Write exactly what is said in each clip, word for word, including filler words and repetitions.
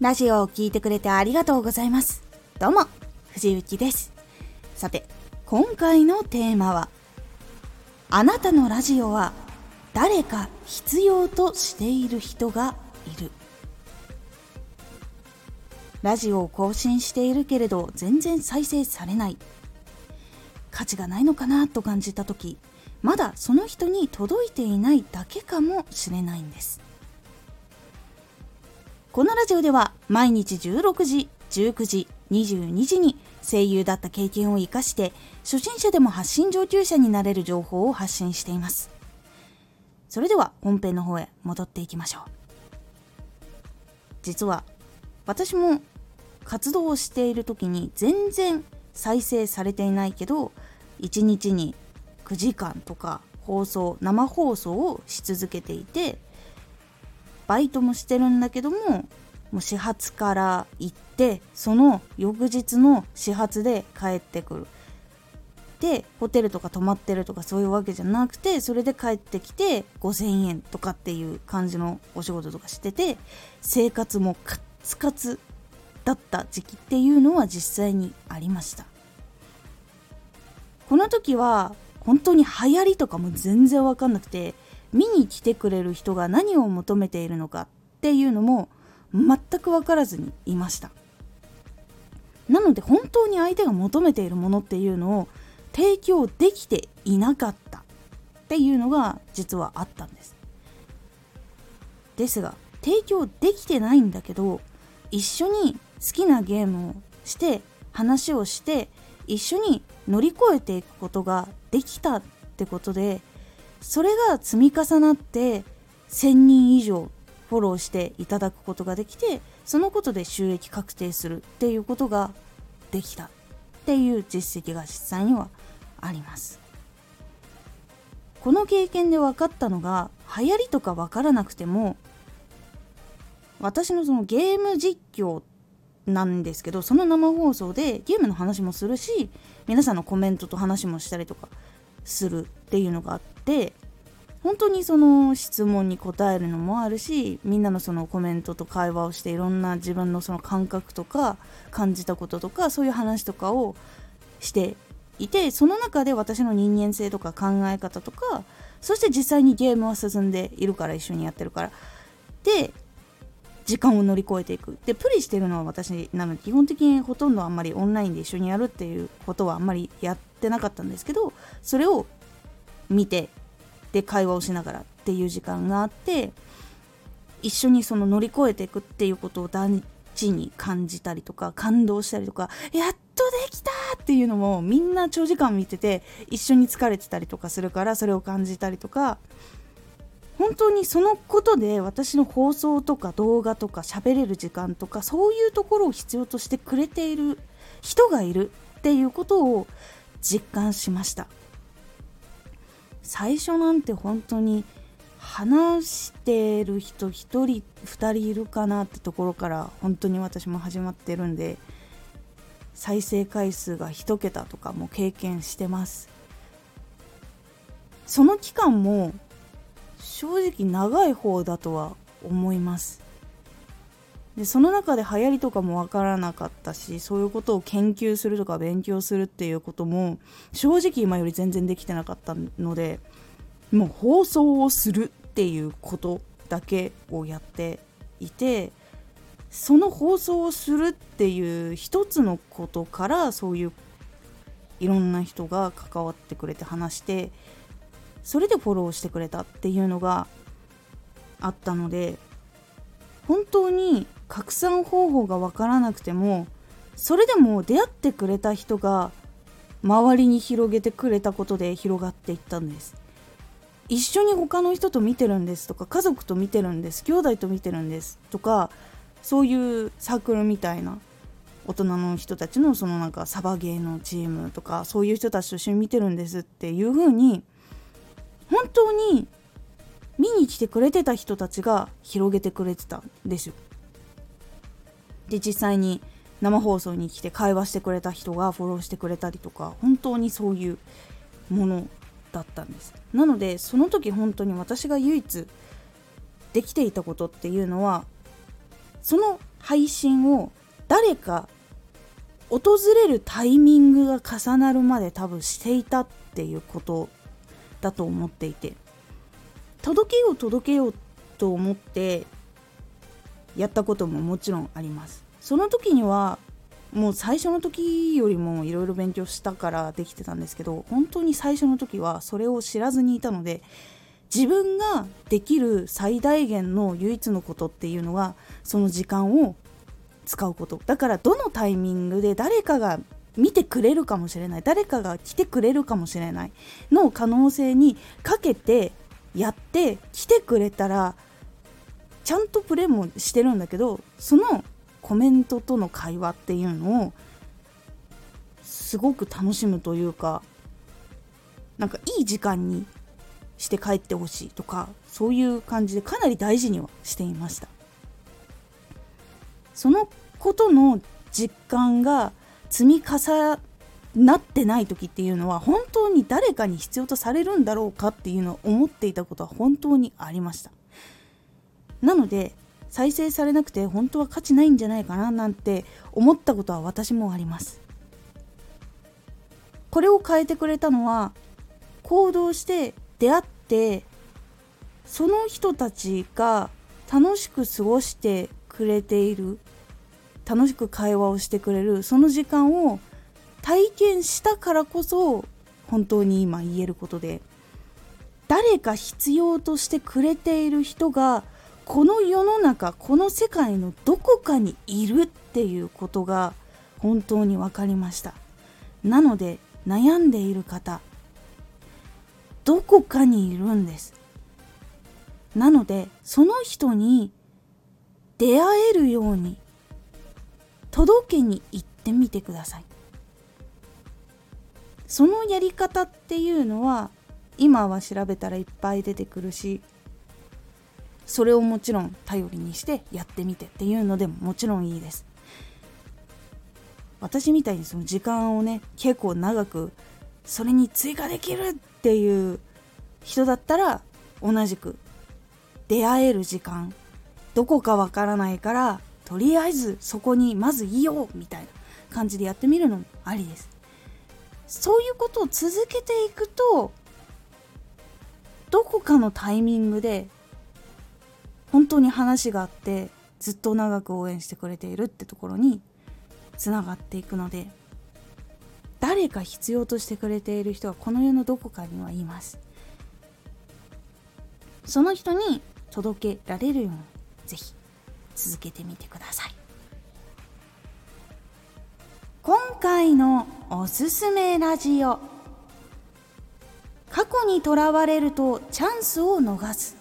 ラジオを聞いてくれてありがとうございます。どうも藤幸です。さて、今回のテーマは、あなたのラジオは誰か必要としている人がいる。ラジオを更新しているけれど全然再生されない、価値がないのかなと感じたとき、まだその人に届いていないだけかもしれないんです。このラジオでは毎日じゅうろくじ、じゅうくじ、にじゅうにじに声優だった経験を生かして初心者でも発信上級者になれる情報を発信しています。それでは本編の方へ戻っていきましょう。実は私も活動をしている時に全然再生されていないけど、いちにちにくじかんとか放送生放送をし続けていて、バイトもしてるんだけども、もう始発から行ってその翌日の始発で帰ってくる。でホテルとか泊まってるとかそういうわけじゃなくて、それで帰ってきてごせんえんとかっていう感じのお仕事とかしてて、生活もカッツカツだった時期っていうのは実際にありました。この時は本当に流行りとかも全然わかんなくて、見に来てくれる人が何を求めているのかっていうのも全く分からずにいました。なので本当に相手が求めているものっていうのを提供できていなかったっていうのが実はあったんです。ですが提供できてないんだけど、一緒に好きなゲームをして話をして一緒に乗り越えていくことができたってことで、それが積み重なってせんにん以上フォローしていただくことができて、そのことで収益確定するっていうことができたっていう実績が実際にはあります。この経験で分かったのが、流行りとか分からなくても、私のそのゲーム実況なんですけど、その生放送でゲームの話もするし、皆さんのコメントと話もしたりとかするっていうのがあって、本当にその質問に答えるのもあるし、みんなのそのコメントと会話をして、いろんな自分のその感覚とか感じたこととかそういう話とかをしていて、その中で私の人間性とか考え方とか、そして実際にゲームは進んでいるから、一緒にやってるからで時間を乗り越えていく。でプレイしてるのは私なので、基本的にほとんどあんまりオンラインで一緒にやるっていうことはあんまりやってなかったんですけど、それを見てで会話をしながらっていう時間があって、一緒にその乗り越えていくっていうことを大事に感じたりとか、感動したりとか、やっとできたっていうのもみんな長時間見てて一緒に疲れてたりとかするから、それを感じたりとか、本当にそのことで私の放送とか動画とか喋れる時間とか、そういうところを必要としてくれている人がいるっていうことを実感しました。最初なんて本当に話してる人ひとりふたりいるかなってところから本当に私も始まってるんで、再生回数が一桁とかも経験してます。その期間も正直長い方だとは思います。でその中で流行りとかも分からなかったし、そういうことを研究するとか勉強するっていうことも正直今より全然できてなかったので、もう放送をするっていうことだけをやっていて、その放送をするっていう一つのことから、そういういろんな人が関わってくれて話して、それでフォローしてくれたっていうのがあったので、本当に拡散方法が分からなくても、それでも出会ってくれた人が周りに広げてくれたことで広がっていったんです。一緒に他の人と見てるんですとか、家族と見てるんです、兄弟と見てるんですとか、そういうサークルみたいな大人の人たちのそのなんかサバゲーのチームとか、そういう人たちと一緒に見てるんですっていう風に、本当に見に来てくれてた人たちが広げてくれてたんですよ。で実際に生放送に来て会話してくれた人がフォローしてくれたりとか、本当にそういうものだったんです。なのでその時本当に私が唯一できていたことっていうのは、その配信を誰か訪れるタイミングが重なるまで多分していたっていうことだと思っていて、届けよう届けようと思ってやったことももちろんあります。その時にはもう最初の時よりもいろいろ勉強したからできてたんですけど、本当に最初の時はそれを知らずにいたので、自分ができる最大限の唯一のことっていうのはその時間を使うことだから、どのタイミングで誰かが見てくれるかもしれない、誰かが来てくれるかもしれないの可能性にかけてやって来てくれたら、ちゃんとプレイもしてるんだけど、そのコメントとの会話っていうのをすごく楽しむというか、なんかいい時間にして帰ってほしいとか、そういう感じでかなり大事にはしていました。そのことの実感が積み重なってない時っていうのは、本当に誰かに必要とされるんだろうかっていうのを思っていたことは本当にありました。なので再生されなくて本当は価値ないんじゃないかななんて思ったことは私もあります。これを変えてくれたのは、行動して出会って、その人たちが楽しく過ごしてくれている、楽しく会話をしてくれるその時間を体験したからこそ本当に今言えることで、誰か必要としてくれている人がこの世の中、この世界のどこかにいるっていうことが本当に分かりました。なので悩んでいる方、どこかにいるんです。なのでその人に出会えるように届けに行ってみてください。そのやり方っていうのは今は調べたらいっぱい出てくるし、それをもちろん頼りにしてやってみてっていうのでももちろんいいです。私みたいにその時間をね結構長くそれに追加できるっていう人だったら、同じく出会える時間どこかわからないから、とりあえずそこにまずいようみたいな感じでやってみるのもありです。そういうことを続けていくと、どこかのタイミングで本当に話があってずっと長く応援してくれているってところにつながっていくので、誰か必要としてくれている人はこの世のどこかにはいます。その人に届けられるようにぜひ続けてみてください。今回のおすすめラジオ、過去にとらわれるとチャンスを逃す。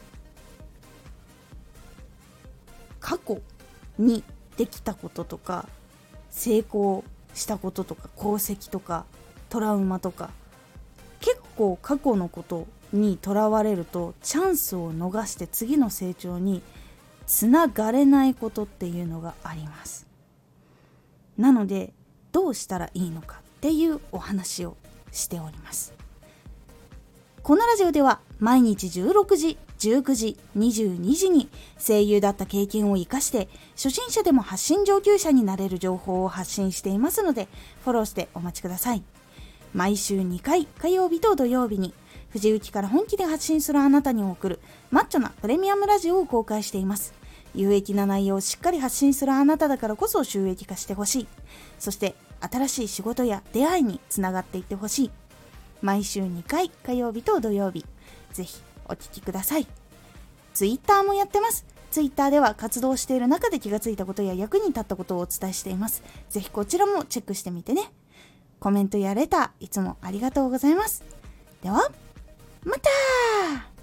過去にできたこととか、成功したこととか、功績とか、トラウマとか、結構過去のことにとらわれるとチャンスを逃して次の成長につながれないことっていうのがあります。なのでどうしたらいいのかっていうお話をしております。このラジオでは毎日じゅうろくじ、じゅうくじ、にじゅうにじに声優だった経験を生かして初心者でも発信上級者になれる情報を発信していますので、フォローしてお待ちください。毎週にかい、火曜日と土曜日に藤雪から本気で発信するあなたに送るマッチョなプレミアムラジオを公開しています。有益な内容をしっかり発信するあなただからこそ収益化してほしい。そして新しい仕事や出会いにつながっていってほしい。毎週にかい、火曜日と土曜日、ぜひお聞きください。ツイッターもやってます。ツイッターでは活動している中で気がついたことや役に立ったことをお伝えしています。ぜひこちらもチェックしてみてね。コメントやレターいつもありがとうございます。ではまた。